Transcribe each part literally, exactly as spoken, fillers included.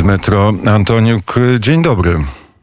Dmytro Antoniuk, dzień dobry.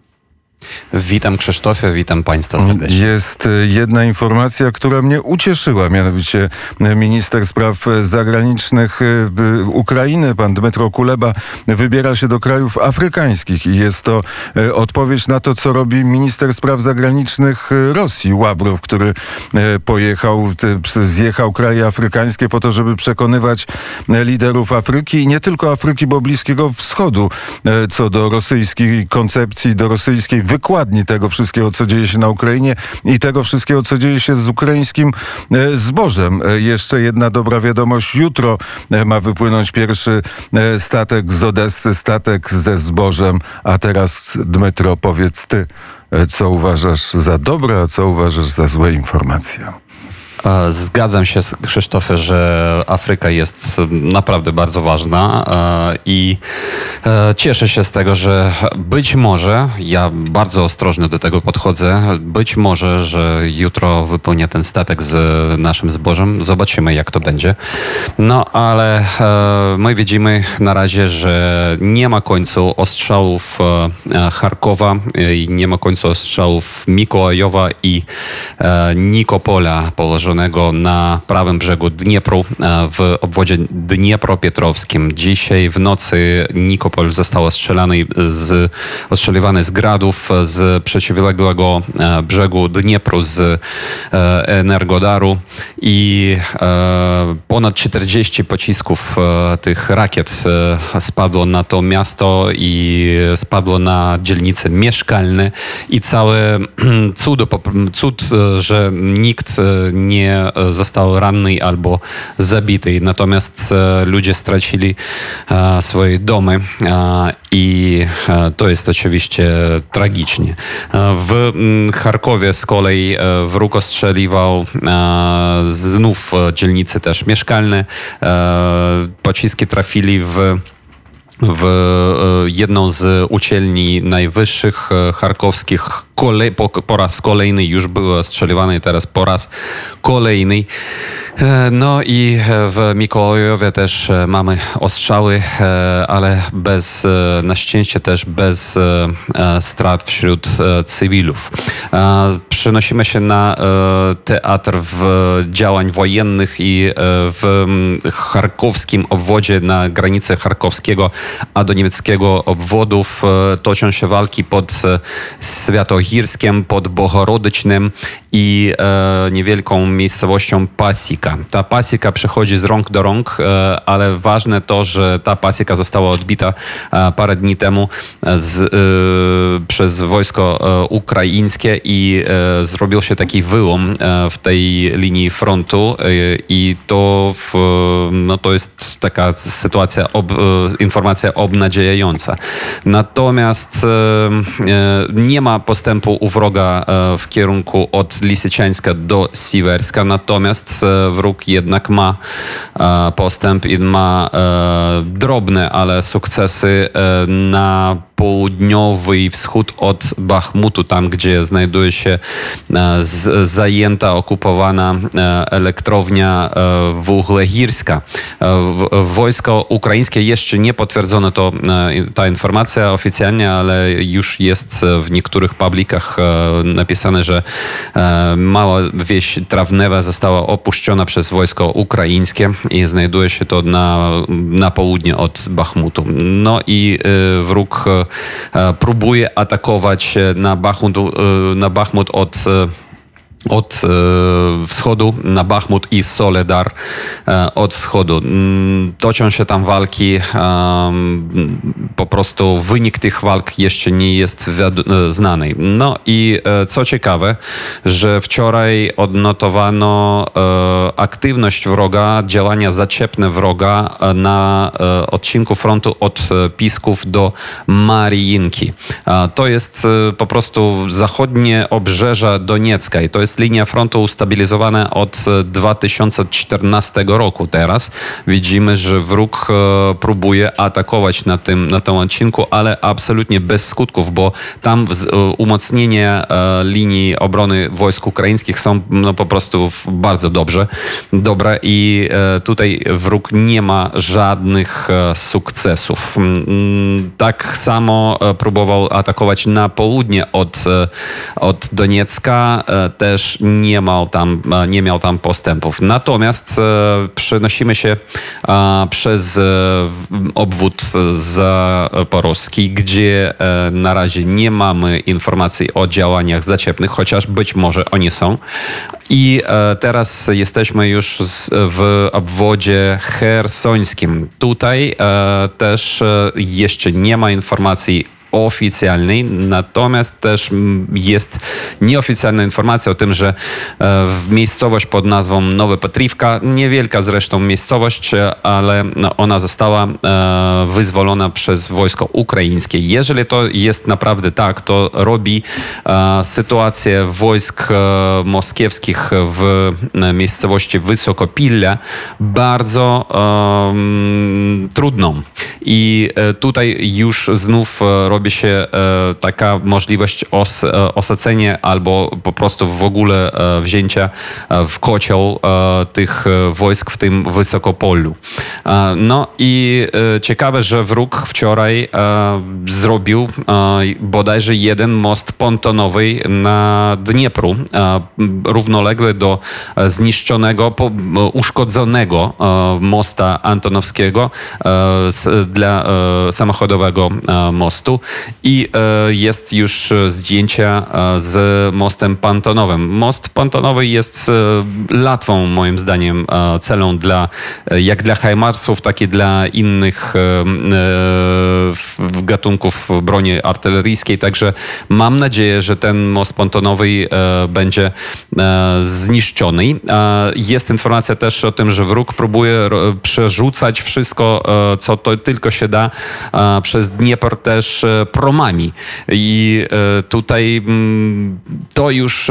Witam Krzysztofie, witam Państwa serdecznie. Jest jedna informacja, która mnie ucieszyła, mianowicie minister spraw zagranicznych Ukrainy, pan Dmytro Kuleba, wybiera się do krajów afrykańskich i jest to odpowiedź na to, co robi minister spraw zagranicznych Rosji, Ławrow, który pojechał, zjechał kraje afrykańskie po to, żeby przekonywać liderów Afryki i nie tylko Afryki, bo Bliskiego Wschodu, co do rosyjskiej koncepcji, do rosyjskiej wykładni tego wszystkiego, co dzieje się na Ukrainie i tego wszystkiego, co dzieje się z ukraińskim zbożem. Jeszcze jedna dobra wiadomość. Jutro ma wypłynąć pierwszy statek z Odessy, statek ze zbożem. A teraz, Dmytro, powiedz ty, co uważasz za dobre, a co uważasz za złe informacje? Zgadzam się, Krzysztofie, że Afryka jest naprawdę bardzo ważna i cieszę się z tego, że być może, ja bardzo ostrożnie do tego podchodzę, być może, że jutro wypłynie ten statek z naszym zbożem. Zobaczymy, jak to będzie. No, ale my widzimy na razie, że nie ma końcu ostrzałów Charkowa, nie ma końcu ostrzałów Mikołajowa i Nikopola położonego na prawym brzegu Dniepru w obwodzie dniepropietrowskim. Dzisiaj w nocy Nikopol został ostrzelany z, ostrzeliwany z gradów z przeciwległego brzegu Dniepru, z Energodaru i ponad czterdzieści pocisków tych rakiet spadło na to miasto i spadło na dzielnice mieszkalne i całe cud, cud że nikt nie został ranny albo zabity. Natomiast ludzie stracili swoje domy i to jest oczywiście tragicznie. W Charkowie z kolei wróg ostrzeliwał znów dzielnice też mieszkalne. Pociski trafili w w jedną z uczelni najwyższych charkowskich kolej, po, po raz kolejny już były ostrzeliwane i teraz po raz kolejny. No i w Mikołajowie też mamy ostrzały, ale bez, na szczęście też bez strat wśród cywilów. Przenosimy się na teatr w działań wojennych i w charkowskim obwodzie na granicy charkowskiego a do niemieckiego obwodów toczą się walki pod Świętochirskiem, pod Bohorodycznym i e, niewielką miejscowością Pasika. Ta pasika przechodzi z rąk do rąk, e, ale ważne to, że ta pasika została odbita e, parę dni temu z, e, przez wojsko e, ukraińskie i e, zrobił się taki wyłom e, w tej linii frontu e, i to, w, no, to jest taka sytuacja, ob, e, informacja obnadziejająca. Natomiast e, e, nie ma postępu u wroga e, w kierunku od Lisiczańska do Siwerska, natomiast wróg jednak ma postęp i ma drobne, ale sukcesy na południowy wschód od Bachmutu, tam gdzie znajduje się z, zajęta, okupowana elektrownia Wuglehirska. Wojsko ukraińskie, jeszcze nie potwierdzono to, ta informacja oficjalnie, ale już jest w niektórych publikach napisane, że mała wieś Trawnewa została opuszczona przez wojsko ukraińskie i znajduje się to na, na południe od Bachmutu. No i wróg próbuje atakować na Bachmut, na Bachmut od od e, wschodu na Bachmut i Soledar e, od wschodu. Toczą się tam walki. E, po prostu wynik tych walk jeszcze nie jest wiad- znany. No i e, co ciekawe, że wczoraj odnotowano e, aktywność wroga, działania zaczepne wroga na e, odcinku frontu od Pisków do Marijinki. E, to jest e, po prostu zachodnie obrzeża Doniecka i to jest jest linia frontu ustabilizowana od dwa tysiące czternastego roku. Teraz widzimy, że wróg próbuje atakować na tym, na tym odcinku, ale absolutnie bez skutków, bo tam umocnienie linii obrony wojsk ukraińskich są no, po prostu bardzo dobrze, dobre i tutaj wróg nie ma żadnych sukcesów. Tak samo próbował atakować na południe od, od Doniecka, też nie miał tam, nie miał tam postępów. Natomiast przenosimy się przez obwód zaporowski, gdzie na razie nie mamy informacji o działaniach zaciepnych, chociaż być może oni są. I teraz jesteśmy już w obwodzie chersońskim. Tutaj też jeszcze nie ma informacji oficjalnej, natomiast też jest nieoficjalna informacja o tym, że miejscowość pod nazwą Nowe Petrivka, niewielka zresztą miejscowość, ale ona została wyzwolona przez wojsko ukraińskie. Jeżeli to jest naprawdę tak, to robi sytuację wojsk moskiewskich w miejscowości Wysokopille bardzo um, trudną. I tutaj już znów robi się e, taka możliwość os, e, osadzenia albo po prostu w ogóle e, wzięcia e, w kocioł e, tych wojsk w tym Wysokopollu. E, no i e, ciekawe, że wróg wczoraj e, zrobił e, bodajże jeden most pontonowy na Dniepru, e, równolegle do zniszczonego, po, uszkodzonego e, mosta antonowskiego e, s, dla e, samochodowego e, mostu. I e, jest już zdjęcia e, z mostem pontonowym. Most pontonowy jest e, łatwą, moim zdaniem, e, celą dla, e, jak dla hajmarsów, tak i dla innych e, e, gatunków broni artyleryjskiej. Także mam nadzieję, że ten most pontonowy e, będzie e, zniszczony. E, jest informacja też o tym, że wróg próbuje ro, przerzucać wszystko, e, co to tylko się da, e, przez Dniepr też promami. I tutaj to już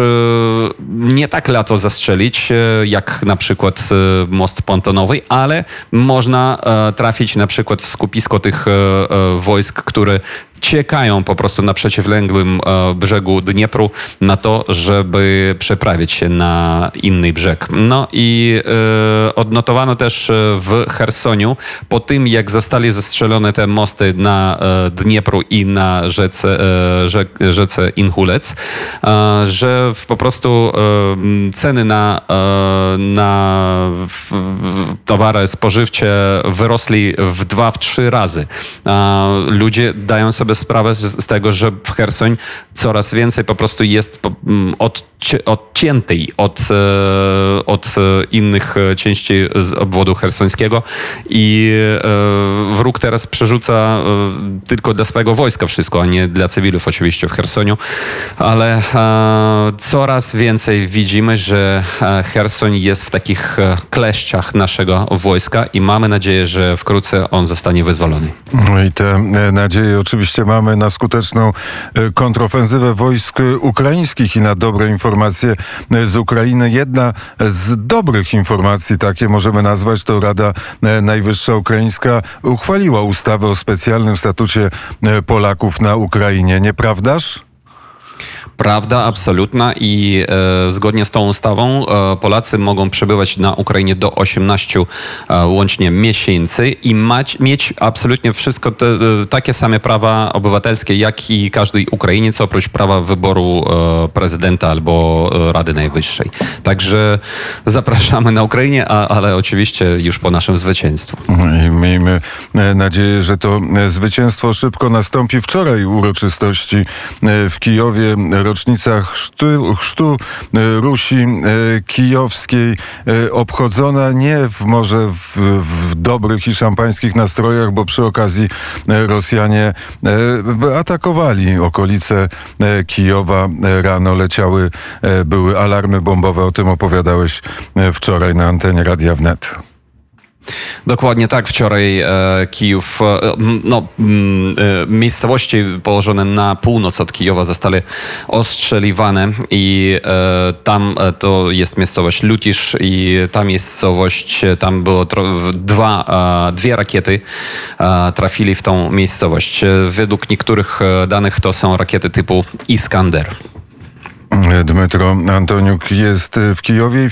nie tak łatwo zastrzelić, jak na przykład most pontonowy, ale można trafić na przykład w skupisko tych wojsk, które czekają po prostu na przeciwległym brzegu Dniepru na to, żeby przeprawić się na inny brzeg. No i e, odnotowano też w Chersoniu, po tym jak zostali zastrzelone te mosty na e, Dniepru i na rzece, e, rzek, rzece Inhulec, e, że w, po prostu e, ceny na, e, na w, w, towary spożywcze wyrosły w dwa, w trzy razy. E, ludzie dają sobie sprawę z tego, że w Chersoń coraz więcej po prostu jest odci- odciętej od, od innych części z obwodu chersońskiego i wróg teraz przerzuca tylko dla swojego wojska wszystko, a nie dla cywilów oczywiście w Chersoniu, ale coraz więcej widzimy, że Chersoń jest w takich kleszczach naszego wojska i mamy nadzieję, że wkrótce on zostanie wyzwolony. I te nadzieje oczywiście mamy na skuteczną kontrofensywę wojsk ukraińskich i na dobre informacje z Ukrainy. Jedna z dobrych informacji, takie możemy nazwać, to Rada Najwyższa Ukraińska uchwaliła ustawę o specjalnym statucie Polaków na Ukrainie. Nieprawdaż? Prawda absolutna i e, zgodnie z tą ustawą e, Polacy mogą przebywać na Ukrainie do osiemnastu e, łącznie miesięcy i mać, mieć absolutnie wszystko te, e, takie same prawa obywatelskie jak i każdy Ukrainiec, oprócz prawa wyboru e, prezydenta albo e, Rady Najwyższej. Także zapraszamy na Ukrainie, a, ale oczywiście już po naszym zwycięstwu. I miejmy nadzieję, że to zwycięstwo szybko nastąpi. Wczoraj uroczystości w Kijowie, rocznica chrztu, chrztu Rusi kijowskiej, obchodzona nie w, może w, w dobrych i szampańskich nastrojach, bo przy okazji Rosjanie atakowali okolice Kijowa. Rano leciały, były alarmy bombowe. O tym opowiadałeś wczoraj na antenie Radia Wnet. Dokładnie tak. Wczoraj e, Kijów, e, no, m, e, miejscowości położone na północ od Kijowa zostały ostrzeliwane i e, tam e, to jest miejscowość Lutisz i ta miejscowość, e, tam było tro, dwa, e, dwie rakiety e, trafili w tą miejscowość. E, według niektórych e, danych to są rakiety typu Iskander. Dmytro Antoniuk jest w Kijowie i